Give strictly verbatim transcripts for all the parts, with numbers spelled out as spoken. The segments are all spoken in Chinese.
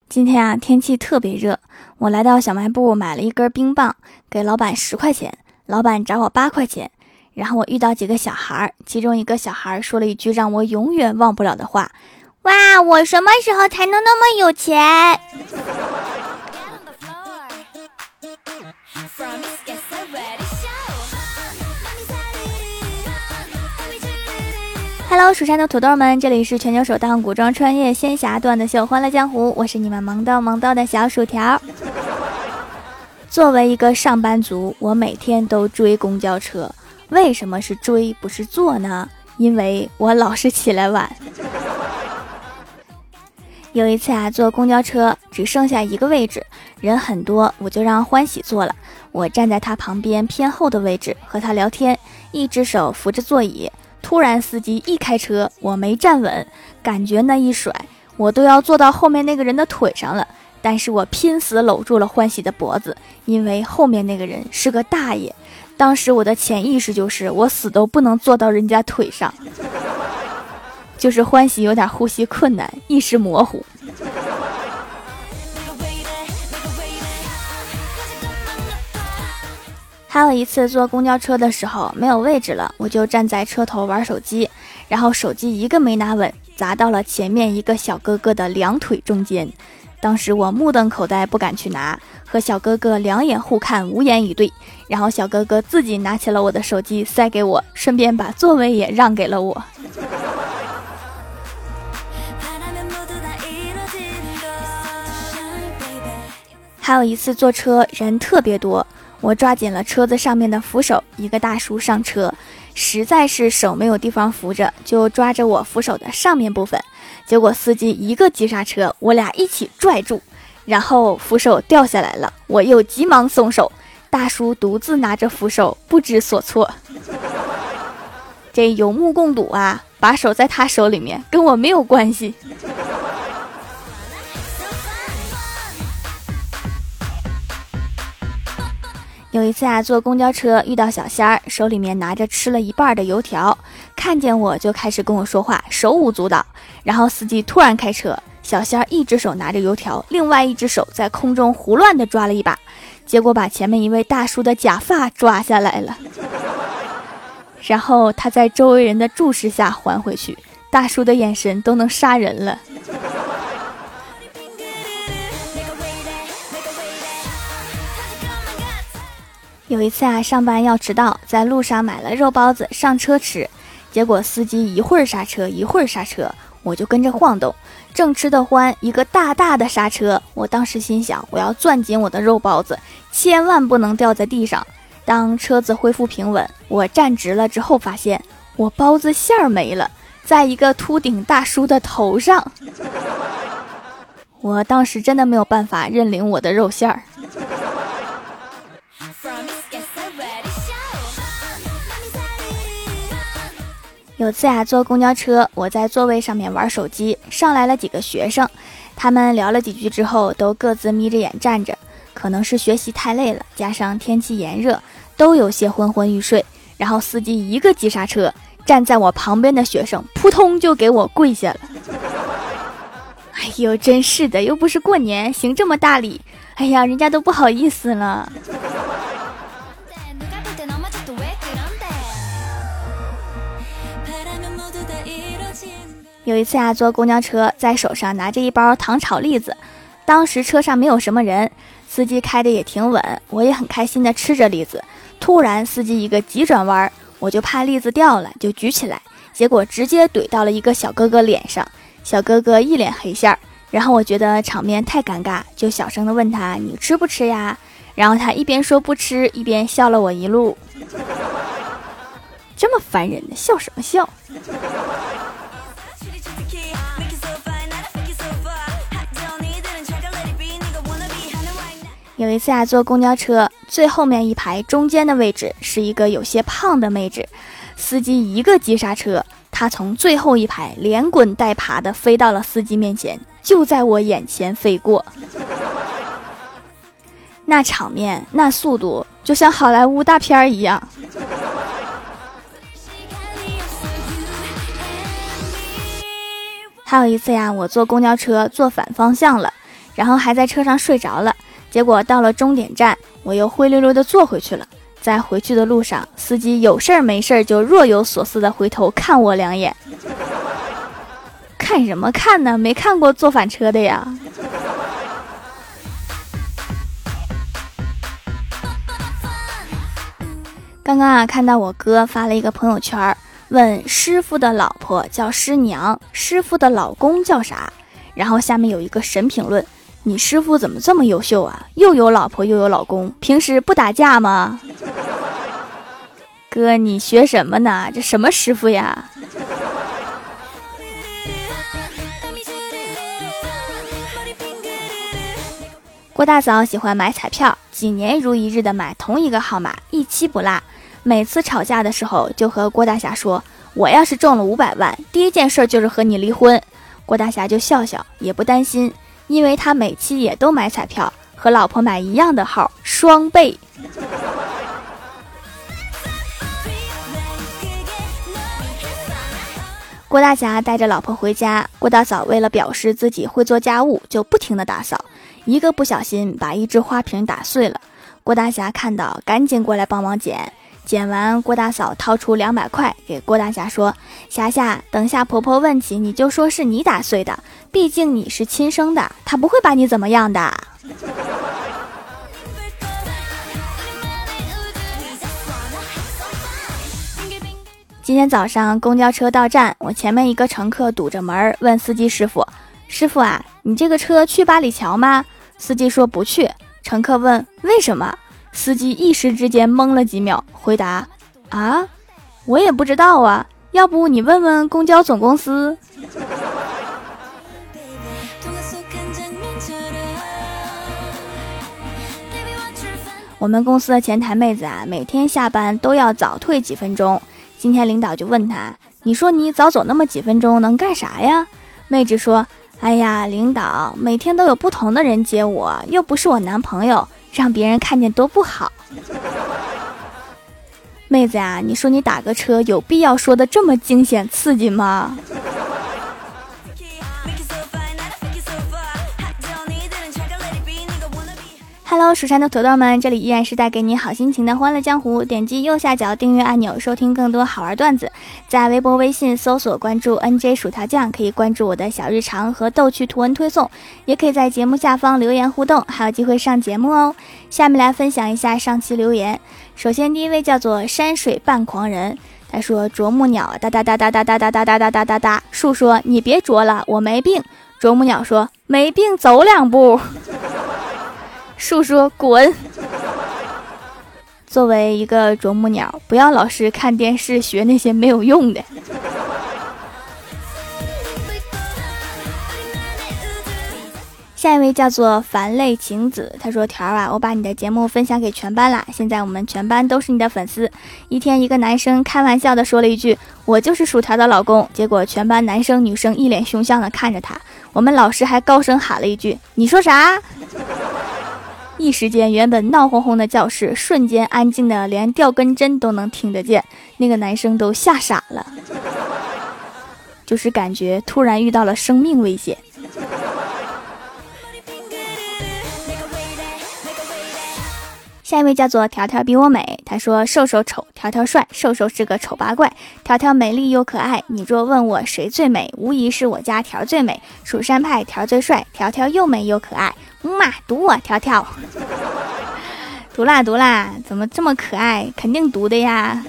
今天啊，天气特别热，我来到小卖部买了一根冰棒，给老板十块钱，老板找我八块钱。然后我遇到几个小孩，其中一个小孩说了一句让我永远忘不了的话：哇，我什么时候才能那么有钱？Hello， 蜀山的土豆们，这里是全球首档古装穿越仙侠段子秀《欢乐江湖》，我是你们萌逗萌逗的小薯条。作为一个上班族，我每天都追公交车。为什么是追不是坐呢？因为我老是起来晚。有一次啊，坐公交车只剩下一个位置，人很多，我就让欢喜坐了。我站在他旁边偏后的位置和他聊天，一只手扶着座椅。突然司机一开车，我没站稳，感觉那一甩，我都要坐到后面那个人的腿上了。但是我拼死搂住了欢喜的脖子，因为后面那个人是个大爷。当时我的潜意识就是我死都不能坐到人家腿上。就是欢喜有点呼吸困难，意识模糊。还有一次坐公交车的时候没有位置了，我就站在车头玩手机，然后手机一个没拿稳，砸到了前面一个小哥哥的两腿中间。当时我目瞪口呆，不敢去拿，和小哥哥两眼互看，无言以对。然后小哥哥自己拿起了我的手机塞给我，顺便把座位也让给了我。还有一次坐车人特别多，我抓紧了车子上面的扶手，一个大叔上车，实在是手没有地方扶着，就抓着我扶手的上面部分，结果司机一个急刹车，我俩一起拽住，然后扶手掉下来了，我又急忙松手，大叔独自拿着扶手不知所措。这有目共睹啊，把手在他手里面，跟我没有关系。有一次啊，坐公交车遇到小仙儿，手里面拿着吃了一半的油条，看见我就开始跟我说话，手舞足蹈。然后司机突然开车，小仙儿一只手拿着油条，另外一只手在空中胡乱的抓了一把，结果把前面一位大叔的假发抓下来了。然后他在周围人的注视下还回去，大叔的眼神都能杀人了。有一次啊，上班要迟到，在路上买了肉包子上车吃，结果司机一会儿刹车一会儿刹车，我就跟着晃动，正吃得欢，一个大大的刹车，我当时心想，我要攥紧我的肉包子，千万不能掉在地上。当车子恢复平稳，我站直了之后发现我包子馅儿没了，在一个秃顶大叔的头上。我当时真的没有办法认领我的肉馅儿。有次啊，坐公交车，我在座位上面玩手机，上来了几个学生，他们聊了几句之后，都各自眯着眼站着，可能是学习太累了，加上天气炎热，都有些昏昏欲睡。然后司机一个急刹车，站在我旁边的学生扑通就给我跪下了。哎呦，真是的，又不是过年，行这么大礼，哎呀，人家都不好意思了。有一次啊，坐公交车，在手上拿着一包糖炒栗子，当时车上没有什么人，司机开的也挺稳，我也很开心的吃着栗子。突然司机一个急转弯，我就怕栗子掉了，就举起来，结果直接怼到了一个小哥哥脸上，小哥哥一脸黑线儿。然后我觉得场面太尴尬，就小声的问他，你吃不吃呀？然后他一边说不吃，一边笑了我一路。这么烦人的，笑什么笑？有一次啊，坐公交车，最后面一排中间的位置是一个有些胖的妹子，司机一个急刹车，她从最后一排连滚带爬的飞到了司机面前，就在我眼前飞过。那场面，那速度，就像好莱坞大片一样。还有一次呀，我坐公交车坐反方向了， 然后还在车上睡着了。结果到了终点站，我又灰溜溜的坐回去了。在回去的路上，司机有事儿没事儿就若有所思的回头看我两眼。看什么看呢？没看过坐反车的呀。刚刚啊，看到我哥发了一个朋友圈，问师傅的老婆叫师娘，师傅的老公叫啥？然后下面有一个神评论：你师傅怎么这么优秀啊？又有老婆又有老公，平时不打架吗？哥，你学什么呢？这什么师傅呀？郭大嫂喜欢买彩票，几年如一日的买同一个号码，一期不落。每次吵架的时候就和郭大侠说，我要是中了五百万，第一件事就是和你离婚。郭大侠就笑笑，也不担心，因为他每期也都买彩票，和老婆买一样的号，双倍。郭大侠带着老婆回家，郭大嫂为了表示自己会做家务，就不停地打扫，一个不小心把一只花瓶打碎了。郭大侠看到，赶紧过来帮忙捡。捡完，郭大嫂掏出两百块给郭大侠说，侠侠，等下婆婆问起，你就说是你打碎的，毕竟你是亲生的，她不会把你怎么样的。今天早上公交车到站，我前面一个乘客堵着门，问司机师傅，师傅啊，你这个车去八里桥吗？司机说不去。乘客问为什么？司机一时之间懵了几秒，回答啊，我也不知道啊，要不你问问公交总公司。我们公司的前台妹子啊，每天下班都要早退几分钟。今天领导就问他，你说你早走那么几分钟能干啥呀？妹子说，哎呀，领导，每天都有不同的人接我，又不是我男朋友，让别人看见多不好。妹子呀，你说你打个车有必要说的这么惊险刺激吗？Hello， 蜀山的土豆们，这里依然是带给你好心情的欢乐江湖。点击右下角订阅按钮，收听更多好玩段子。在微博、微信搜索关注 N J 薯条酱，可以关注我的小日常和逗趣图文推送，也可以在节目下方留言互动，还有机会上节目哦。下面来分享一下上期留言。首先第一位叫做山水半狂人，他说啄木鸟哒哒哒哒哒哒哒哒哒哒哒哒哒。树说你别啄了，我没病。啄木鸟说没病走两步。树说滚。作为一个啄木鸟，不要老是看电视学那些没有用的。下一位叫做凡类晴子，他说条啊，我把你的节目分享给全班啦，现在我们全班都是你的粉丝。一天一个男生开玩笑的说了一句，我就是薯条的老公，结果全班男生女生一脸凶相的看着他，我们老师还高声喊了一句，你说啥？一时间，原本闹哄哄的教室瞬间安静的连掉根针都能听得见，那个男生都吓傻了，就是感觉突然遇到了生命危险。下一位叫做条条比我美，他说瘦瘦丑，条条帅，瘦瘦是个丑八怪，条条美丽又可爱，你若问我谁最美，无疑是我家条最美，蜀山派条最帅，条条又美又可爱，嗯嘛，读我条条。读啦读啦，怎么这么可爱？肯定读的呀。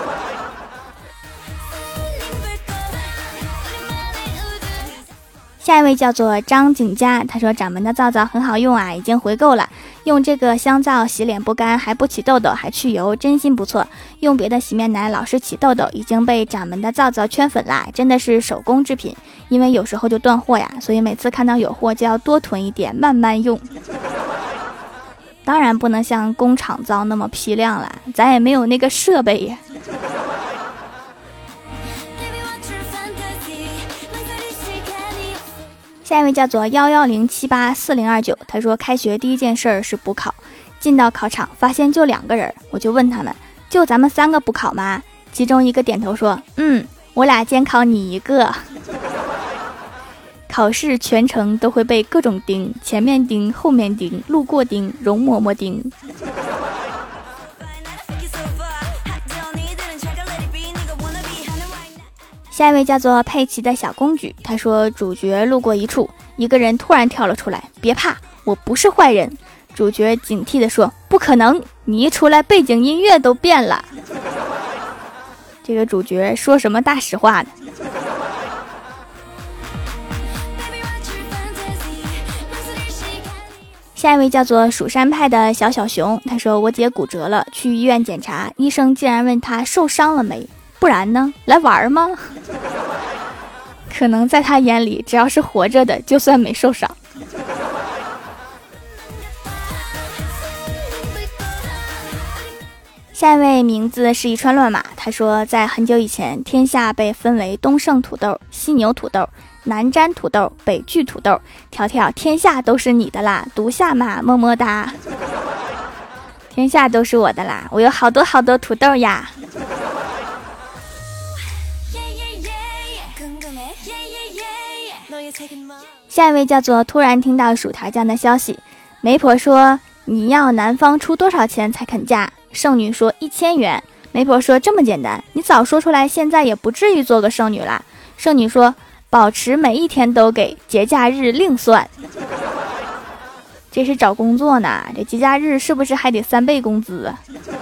下一位叫做张景佳，他说掌门的皂皂很好用啊，已经回购了，用这个香皂洗脸不干，还不起痘痘，还去油，真心不错。用别的洗面奶老是起痘痘，已经被掌门的皂皂圈粉啦，真的是手工制品，因为有时候就断货呀，所以每次看到有货就要多囤一点，慢慢用。当然不能像工厂皂那么批量了，咱也没有那个设备呀。下一位叫做幺幺零七八四零二九，他说开学第一件事是补考，进到考场发现就两个人，我就问他们，就咱们三个补考吗？其中一个点头说，嗯，我俩监考你一个。 考试全程都会被各种钉，前面钉，后面钉，路过钉，容嬷嬷钉。下一位叫做佩奇的小公举，他说主角路过一处，一个人突然跳了出来，别怕，我不是坏人。主角警惕地说，不可能，你一出来背景音乐都变了。这个主角说什么大实话呢？下一位叫做蜀山派的小小熊，他说我姐骨折了，去医院检查，医生竟然问他受伤了没，不然呢，来玩吗？可能在他眼里，只要是活着的，就算没受伤。下一位名字是一串乱码，他说在很久以前，天下被分为东胜土豆、西牛土豆、南瞻土豆、北巨土豆，条条天下都是你的啦，读下嘛，么么哒。天下都是我的啦，我有好多好多土豆呀。下一位叫做突然听到薯条酱的消息，媒婆说你要男方出多少钱才肯嫁？剩女说一千元。媒婆说这么简单，你早说出来，现在也不至于做个剩女啦。剩女说保持每一天都给，节假日另算。这是找工作呢，这节假日是不是还得三倍工资啊？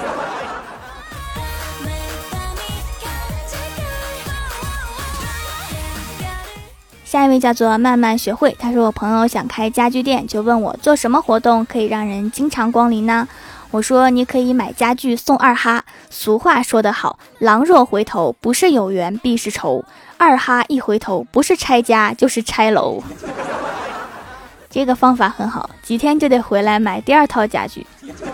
下一位叫做慢慢学会，他说我朋友想开家具店，就问我做什么活动可以让人经常光临呢？我说你可以买家具送二哈，俗话说得好，狼若回头，不是有缘必是仇，二哈一回头，不是拆家就是拆楼。这个方法很好，几天就得回来买第二套家具。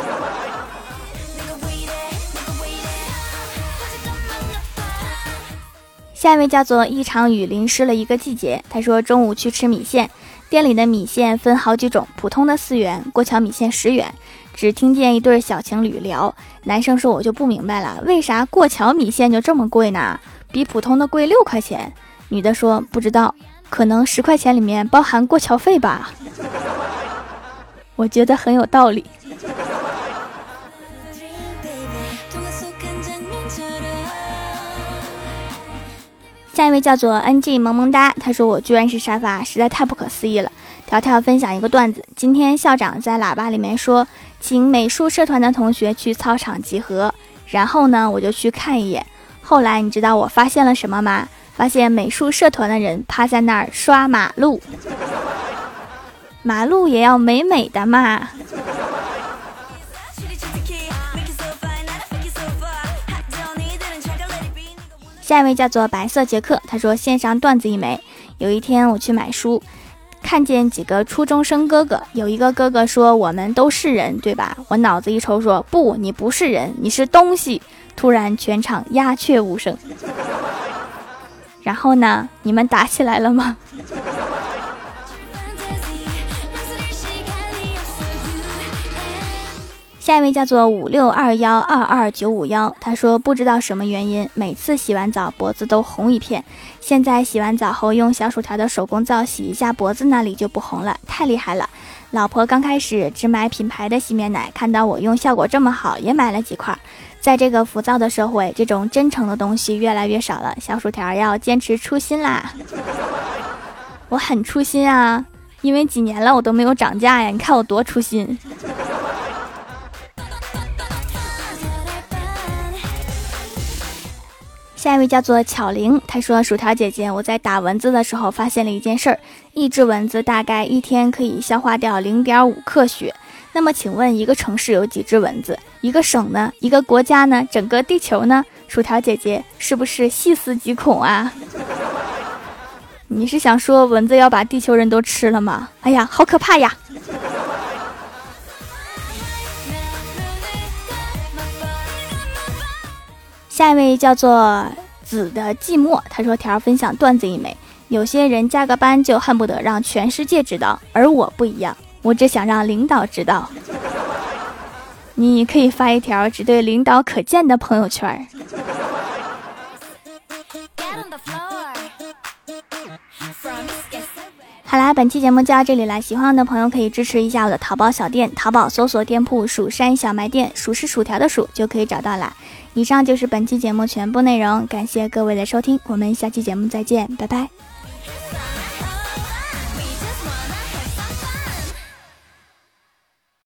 下一位叫做一场雨淋湿了一个季节，他说中午去吃米线，店里的米线分好几种，普通的四元，过桥米线十元。只听见一对小情侣聊，男生说我就不明白了，为啥过桥米线就这么贵呢？比普通的贵六块钱。女的说不知道，可能十块钱里面包含过桥费吧。我觉得很有道理。下一位叫做 N G 萌萌哒，他说我居然是沙发，实在太不可思议了。条条分享一个段子，今天校长在喇叭里面说，请美术社团的同学去操场集合，然后呢我就去看一眼，后来你知道我发现了什么吗？发现美术社团的人趴在那儿刷马路。马路也要美美的嘛。下一位叫做白色杰克，他说线上段子一枚，有一天我去买书，看见几个初中生哥哥，有一个哥哥说我们都是人对吧？我脑子一抽说不，你不是人，你是东西。突然全场鸦雀无声。然后呢，你们打起来了吗？下一位叫做五六二幺二二九五幺，他说不知道什么原因，每次洗完澡脖子都红一片，现在洗完澡后用小薯条的手工皂洗一下脖子那里就不红了，太厉害了。老婆刚开始只买品牌的洗面奶，看到我用效果这么好，也买了几块。在这个浮躁的社会，这种真诚的东西越来越少了，小薯条要坚持初心啦。我很初心啊，因为几年了我都没有涨价呀，你看我多初心。下一位叫做巧玲，她说薯条姐姐，我在打蚊子的时候发现了一件事儿，一只蚊子大概一天可以消化掉 零点五 克血。那么请问一个城市有几只蚊子？一个省呢？一个国家呢？整个地球呢？薯条姐姐是不是细思极恐啊？你是想说蚊子要把地球人都吃了吗？哎呀，好可怕呀！下一位叫做子的寂寞，他说条分享段子一枚，有些人加个班就恨不得让全世界知道，而我不一样，我只想让领导知道。你可以发一条只对领导可见的朋友圈。 好啦，本期节目就到这里了，喜欢我的朋友可以支持一下我的淘宝小店，淘宝搜索店铺蜀山小卖店，蜀是薯条的蜀就可以找到啦。以上就是本期节目全部内容，感谢各位的收听，我们下期节目再见，拜拜。